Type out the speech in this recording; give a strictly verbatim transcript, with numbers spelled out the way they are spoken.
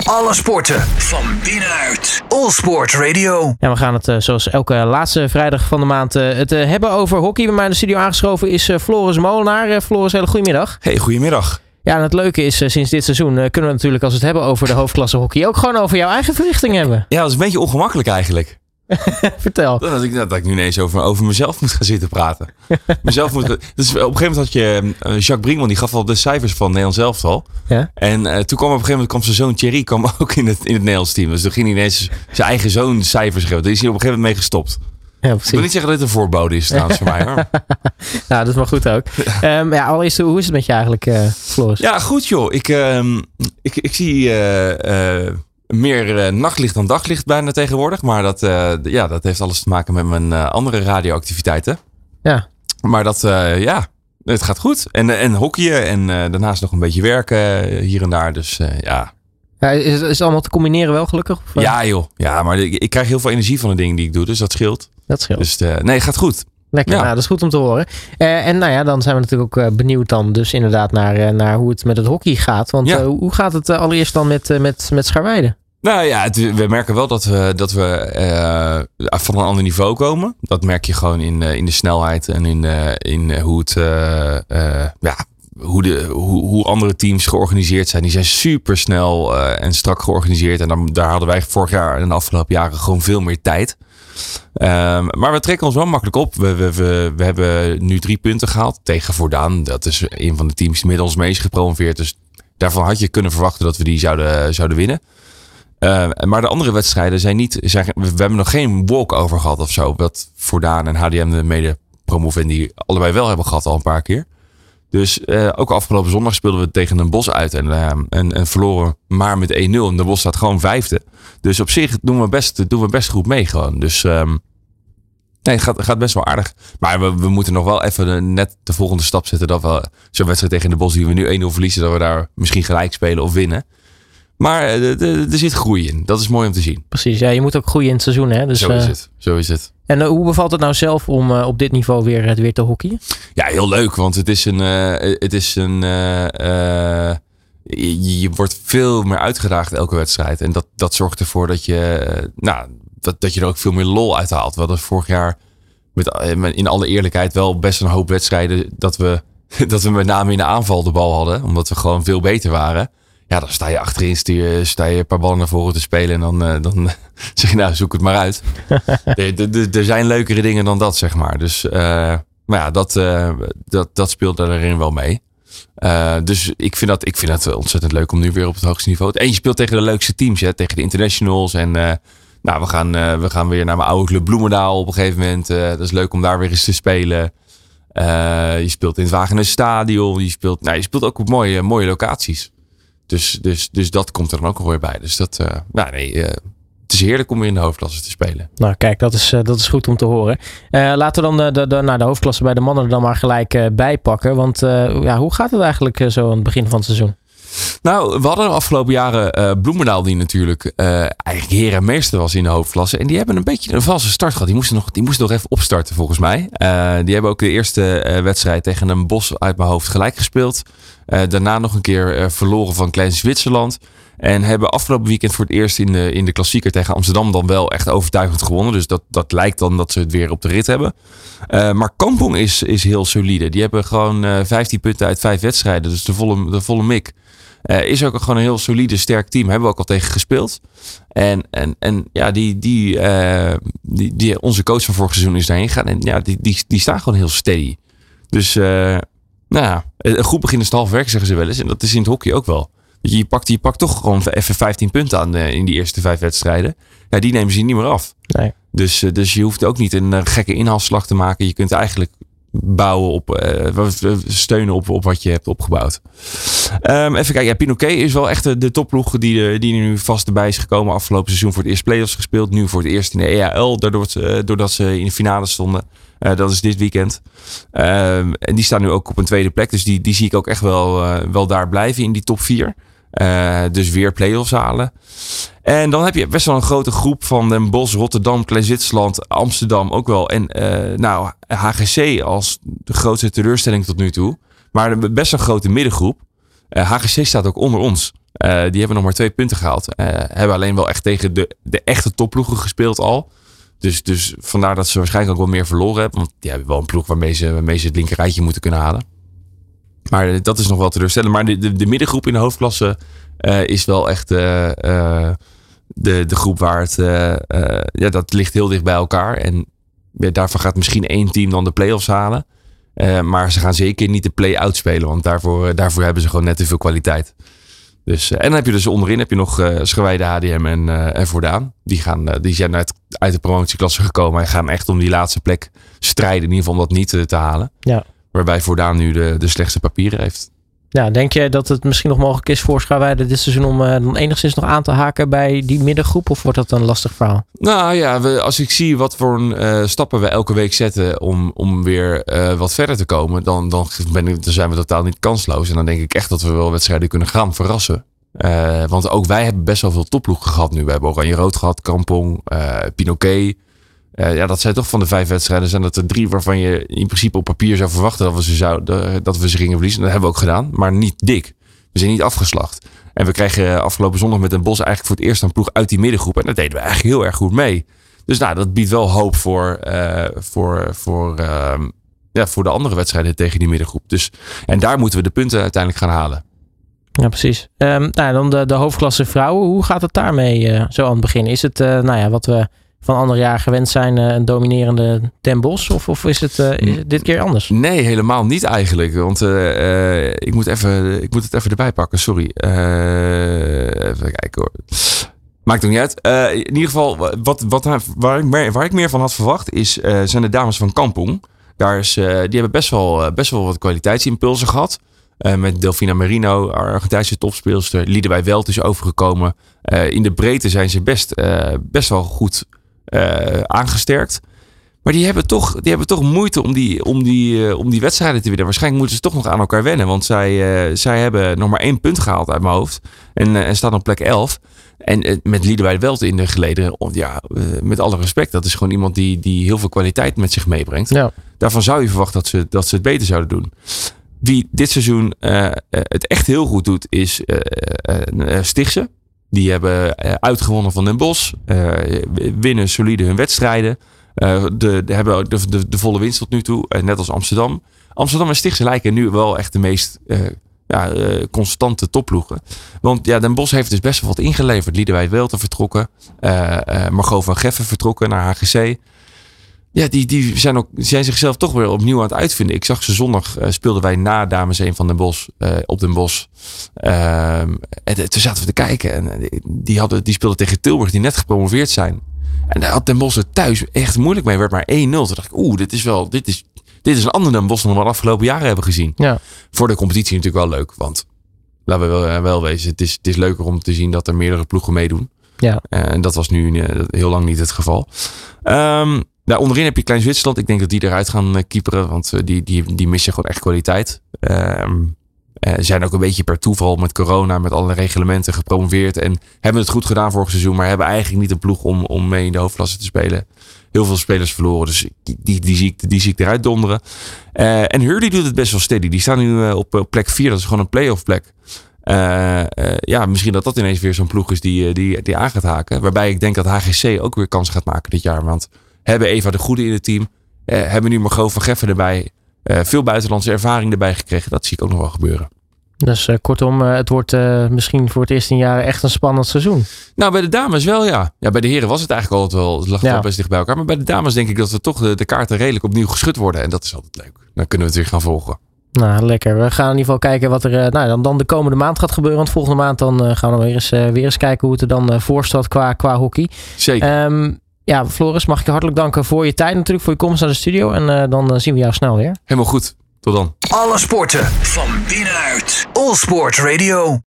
Alle sporten van binnenuit. All Sport Radio. Ja, we gaan het uh, zoals elke laatste vrijdag van de maand uh, het uh, hebben over hockey. Bij mij in de studio aangeschoven is uh, Floris Molenaar. Uh, Floris, hele goedemiddag. Hey, goedemiddag. Ja, en het leuke is, uh, sinds dit seizoen uh, kunnen we natuurlijk, als we het hebben over de hoofdklasse hockey, ook gewoon over jouw eigen verrichting hebben. Ja, dat is een beetje ongemakkelijk eigenlijk. Vertel. Dat ik, dat ik nu ineens over, over mezelf moet gaan zitten praten. mezelf moet, dus op een gegeven moment had je uh, Jacques Brinkman, die gaf al de cijfers van Nederland elftal. Ja. En uh, toen kwam op een gegeven moment kwam zijn zoon Thierry kwam ook in het, in het Nederlands team. Dus toen ging hij ineens zijn eigen zoon cijfers geven. Daar is hij op een gegeven moment mee gestopt. Ja, ik wil niet zeggen dat dit een voorbode is trouwens voor mij hoor. Nou, dat is maar goed ook. Um, ja, allereerst, hoe is het met je eigenlijk, uh, Floris? Ja, goed joh. Ik, um, ik, ik zie uh, uh, meer uh, nachtlicht dan daglicht bijna tegenwoordig. Maar dat, uh, ja, dat heeft alles te maken met mijn uh, andere radioactiviteiten. Ja. Maar dat, uh, ja, het gaat goed. En, en hockeyen en uh, daarnaast nog een beetje werken hier en daar. Dus uh, ja... Ja, is, het, is het allemaal te combineren wel, gelukkig? Of? Ja joh, ja, maar ik, ik krijg heel veel energie van de dingen die ik doe, dus dat scheelt. Dat scheelt. Dus uh, nee, het gaat goed. Lekker, ja. Nou, dat is goed om te horen. Uh, en nou ja, dan zijn we natuurlijk ook uh, benieuwd dan dus inderdaad naar, uh, naar hoe het met het hockey gaat. Want ja. uh, hoe gaat het uh, allereerst dan met, uh, met, met Scharweide? Nou ja, het, we merken wel dat we, dat we uh, van een ander niveau komen. Dat merk je gewoon in, uh, in de snelheid en in, uh, in uh, hoe het... Uh, uh, ja, Hoe, de, hoe, hoe andere teams georganiseerd zijn. Die zijn super snel uh, en strak georganiseerd. En dan, daar hadden wij vorig jaar en de afgelopen jaren gewoon veel meer tijd. Um, maar we trekken ons wel makkelijk op. We, we, we, we hebben nu drie punten gehaald tegen Voordaan. Dat is een van de teams die met ons mee is gepromoveerd. Dus daarvan had je kunnen verwachten dat we die zouden, zouden winnen. Uh, maar de andere wedstrijden zijn niet... Zijn, we hebben nog geen walk-over gehad of zo. Wat Voordaan en H D M de mede promovendi allebei wel hebben gehad al een paar keer. Dus uh, ook afgelopen zondag speelden we tegen Den Bosch uit en, uh, en, en verloren maar met één nul. En Den Bosch staat gewoon vijfde. Dus op zich doen we best, doen we best goed mee gewoon. Dus um, nee, het gaat, gaat best wel aardig. Maar we, we moeten nog wel even de, net de volgende stap zetten. Dat we zo'n wedstrijd tegen Den Bosch die we nu één nul verliezen. Dat we daar misschien gelijk spelen of winnen. Maar er zit groei in. Dat is mooi om te zien. Precies, ja, je moet ook groeien in het seizoen. Hè? Dus, zo is het. Zo is het. En uh, hoe bevalt het nou zelf om uh, op dit niveau weer, weer te hockeyen? Ja, heel leuk. Want het is een... Uh, het is een uh, uh, je, je wordt veel meer uitgedaagd elke wedstrijd. En dat, dat zorgt ervoor dat je... Uh, nou, dat, dat je er ook veel meer lol uit haalt. We hadden vorig jaar met, in alle eerlijkheid wel best een hoop wedstrijden... dat we, dat we met name in de aanval de bal hadden. Omdat we gewoon veel beter waren. Ja, dan sta je achterin, sta je een paar ballen naar voren te spelen. En dan, uh, dan zeg je, nou, zoek het maar uit. Er zijn leukere dingen dan dat, zeg maar. Dus, uh, maar ja, dat, uh, dat, dat speelt daarin wel mee. Uh, dus ik vind, dat, ik vind dat ontzettend leuk om nu weer op het hoogste niveau. En je speelt tegen de leukste teams, hè, tegen de internationals. En uh, nou, we gaan, uh, we gaan weer naar mijn oude club Bloemendaal op een gegeven moment. Uh, dat is leuk om daar weer eens te spelen. Uh, je speelt in het Wagener Stadion. Je speelt, nou, je speelt ook op mooie, mooie locaties. Dus, dus, dus dat komt er dan ook alweer bij. Dus dat, uh, nou nee, uh, het is heerlijk om weer in de hoofdklasse te spelen. Nou kijk, dat is, uh, dat is goed om te horen. Uh, laten we dan de, de, de, nou, de hoofdklasse bij de mannen er dan maar gelijk uh, bij pakken. Want uh, ja, hoe gaat het eigenlijk uh, zo aan het begin van het seizoen? Nou, we hadden de afgelopen jaren uh, Bloemendaal die natuurlijk uh, eigenlijk heer en meester was in de hoofdklasse. En die hebben een beetje een valse start gehad. Die moesten nog, die moesten nog even opstarten volgens mij. Uh, die hebben ook de eerste uh, wedstrijd tegen een Bosch uit mijn hoofd gelijk gespeeld. Uh, daarna nog een keer uh, verloren van Klein Zwitserland. En hebben afgelopen weekend voor het eerst in de, in de klassieker tegen Amsterdam dan wel echt overtuigend gewonnen. Dus dat, dat lijkt dan dat ze het weer op de rit hebben. Uh, maar Kampong is, is heel solide. Die hebben gewoon uh, vijftien punten uit vijf wedstrijden. Dus de volle, de volle mik. Uh, is ook gewoon een heel solide, sterk team. Hebben we ook al tegen gespeeld. En, en, en ja, die, die, uh, die, die, onze coach van vorig seizoen is daarheen gegaan. En ja, die, die, die staan gewoon heel steady. Dus uh, nou ja, een goed begin is het half werk, zeggen ze wel eens. En dat is in het hockey ook wel. Je, je, pakt, je pakt toch gewoon even vijftien punten aan uh, in die eerste vijf wedstrijden. Ja, die nemen ze niet meer af. Nee. Dus, uh, dus je hoeft ook niet een uh, gekke inhaalslag te maken. Je kunt eigenlijk bouwen op, uh, steunen op, op wat je hebt opgebouwd. Um, even kijken, ja, Pinoquet is wel echt de, de topploeg die, die er nu vast erbij is gekomen. Afgelopen seizoen voor het eerst play-offs gespeeld. Nu voor het eerst in de E H L, daardoor, uh, doordat ze in de finale stonden. Uh, dat is dit weekend. Um, en die staan nu ook op een tweede plek. Dus die, die zie ik ook echt wel, uh, wel daar blijven in die top vier. Uh, dus weer play-offs halen. En dan heb je best wel een grote groep van Den Bosch, Rotterdam, Klein Zwitserland, Amsterdam ook wel. En uh, nou, H G C als de grootste teleurstelling tot nu toe. Maar best een grote middengroep. Uh, H G C staat ook onder ons. Uh, die hebben nog maar twee punten gehaald. Uh, hebben alleen wel echt tegen de, de echte topploegen gespeeld al. Dus, dus vandaar dat ze waarschijnlijk ook wel meer verloren hebben. Want die hebben wel een ploeg waarmee ze, waarmee ze het linkerrijtje moeten kunnen halen. Maar dat is nog wel teleurstellend. Maar de, de, de middengroep in de hoofdklasse uh, is wel echt uh, uh, de, de groep waar het... Uh, uh, ja, dat ligt heel dicht bij elkaar. En ja, daarvan gaat misschien één team dan de play-offs halen. Uh, maar ze gaan zeker niet de play-out spelen. Want daarvoor, uh, daarvoor hebben ze gewoon net te veel kwaliteit. Dus, uh, en dan heb je dus onderin heb je nog uh, Scharweide, H D M en, uh, en Voordaan. Die, gaan, uh, die zijn uit, uit de promotieklasse gekomen. En gaan echt om die laatste plek strijden. In ieder geval om dat niet uh, te halen. Ja. Waarbij Voordaan nu de, de slechtste papieren heeft. Ja, denk je dat het misschien nog mogelijk is voor Scharweide dit seizoen om uh, dan enigszins nog aan te haken bij die middengroep? Of wordt dat een lastig verhaal? Nou ja, we, als ik zie wat voor uh, stappen we elke week zetten om, om weer uh, wat verder te komen, dan, dan, ben ik, dan zijn we totaal niet kansloos. En dan denk ik echt dat we wel wedstrijden kunnen gaan verrassen. Uh, want ook wij hebben best wel veel topploegen gehad nu. We hebben Oranje-Rood gehad, Kampong, uh, Pinoquet. Uh, ja, dat zijn toch van de vijf wedstrijden zijn dat er drie waarvan je in principe op papier zou verwachten dat we ze, zouden, dat we ze gingen verliezen. Dat hebben we ook gedaan, maar niet dik. We zijn niet afgeslacht. En we kregen afgelopen zondag met Den Bosch eigenlijk voor het eerst een ploeg uit die middengroep. En dat deden we eigenlijk heel erg goed mee. Dus nou, dat biedt wel hoop voor, uh, voor, voor, uh, ja, voor de andere wedstrijden tegen die middengroep. Dus, en daar moeten we de punten uiteindelijk gaan halen. Ja, precies. Um, nou, dan de, de hoofdklasse vrouwen. Hoe gaat het daarmee uh, zo aan het begin? Is het uh, nou ja, wat we van andere jaren gewend zijn, uh, een dominerende Den Bosch? Of, of is, het, uh, is het dit keer anders? Nee, helemaal niet eigenlijk. Want uh, uh, ik, moet even, ik moet het even erbij pakken, sorry. Uh, even kijken hoor. Maakt het niet uit. Uh, in ieder geval, wat, wat, waar, ik meer, waar ik meer van had verwacht, is, uh, zijn de dames van Kampong. Daar is, uh, die hebben best wel, uh, best wel wat kwaliteitsimpulsen gehad. Uh, met Delfina Merino, Argentijnse topspeelster. Liedewij Welt is overgekomen. Uh, in de breedte zijn ze best, uh, best wel goed uh, aangesterkt. Maar die hebben toch, die hebben toch moeite om die, om, die, uh, om die wedstrijden te winnen. Waarschijnlijk moeten ze toch nog aan elkaar wennen. Want zij, uh, zij hebben nog maar één punt gehaald uit mijn hoofd. En, uh, en staan op plek elf. En uh, met Liedewij Welt in de gelederen. Ja, uh, met alle respect. Dat is gewoon iemand die, die heel veel kwaliteit met zich meebrengt. Ja. Daarvan zou je verwachten dat ze, dat ze het beter zouden doen. Wie dit seizoen uh, het echt heel goed doet, is uh, uh, Stichtse. Die hebben uh, uitgewonnen van Den Bosch. Uh, winnen solide hun wedstrijden. Uh, de, de, hebben de, de, de volle winst tot nu toe. Uh, net als Amsterdam. Amsterdam en Stichtse lijken nu wel echt de meest uh, ja, uh, constante topploegen. Want ja, Den Bosch heeft dus best wel wat ingeleverd. Liedewij Welten vertrokken. Uh, uh, Margot van Geffen vertrokken naar H G C. Ja, die, die zijn, ook, zijn zichzelf toch weer opnieuw aan het uitvinden. Ik zag ze zondag, uh, speelden wij na Dames één van Den Bosch, uh, op Den Bosch. Uh, en toen zaten we te kijken. En die, hadden, die speelden tegen Tilburg, die net gepromoveerd zijn. En daar had Den Bosch het thuis echt moeilijk mee. Werd maar één nul. Toen dacht ik, oeh, dit is wel, dit is, dit is een ander Den Bosch dan we de afgelopen jaren hebben gezien. Ja. Voor de competitie natuurlijk wel leuk. Want, laten we wel, wel wezen, het is, het is leuker om te zien dat er meerdere ploegen meedoen. Ja. Uh, en dat was nu uh, heel lang niet het geval. Um, Daar onderin heb je Klein Zwitserland. Ik denk dat die eruit gaan uh, keeperen. Want uh, die, die, die missen gewoon echt kwaliteit. Uh, uh, zijn ook een beetje per toeval met corona. Met alle reglementen gepromoveerd. En hebben het goed gedaan vorig seizoen. Maar hebben eigenlijk niet een ploeg om, om mee in de hoofdklasse te spelen. Heel veel spelers verloren. Dus die, die, die, zie, ik, die zie ik eruit donderen. Uh, en Hurley doet het best wel steady. Die staan nu uh, op, op plek vier. Dat is gewoon een play-off plek. Uh, uh, ja, misschien dat dat ineens weer zo'n ploeg is die, die, die aan gaat haken. Waarbij ik denk dat H G C ook weer kans gaat maken dit jaar. Want hebben Eva de Goede in het team. Uh, hebben nu Margot van Geffen erbij. Uh, veel buitenlandse ervaring erbij gekregen. Dat zie ik ook nog wel gebeuren. Dus uh, kortom, uh, het wordt uh, misschien voor het eerst in jaren echt een spannend seizoen. Nou, bij de dames wel, ja. Ja, bij de heren was het eigenlijk altijd wel. Het lag ja. wel best dicht bij elkaar. Maar bij de dames denk ik dat we toch de, de kaarten redelijk opnieuw geschud worden. En dat is altijd leuk. Dan kunnen we het weer gaan volgen. Nou, lekker. We gaan in ieder geval kijken wat er uh, nou, dan, dan de komende maand gaat gebeuren. Want volgende maand dan uh, gaan we weer eens, uh, weer eens kijken hoe het er dan uh, voor staat qua, qua hockey. Zeker. Um, Ja, Floris, mag ik je hartelijk danken voor je tijd natuurlijk, voor je komst naar de studio. En uh, dan uh, zien we jou snel weer. Helemaal goed. Tot dan. Alle sporten van binnenuit. All Sport Radio.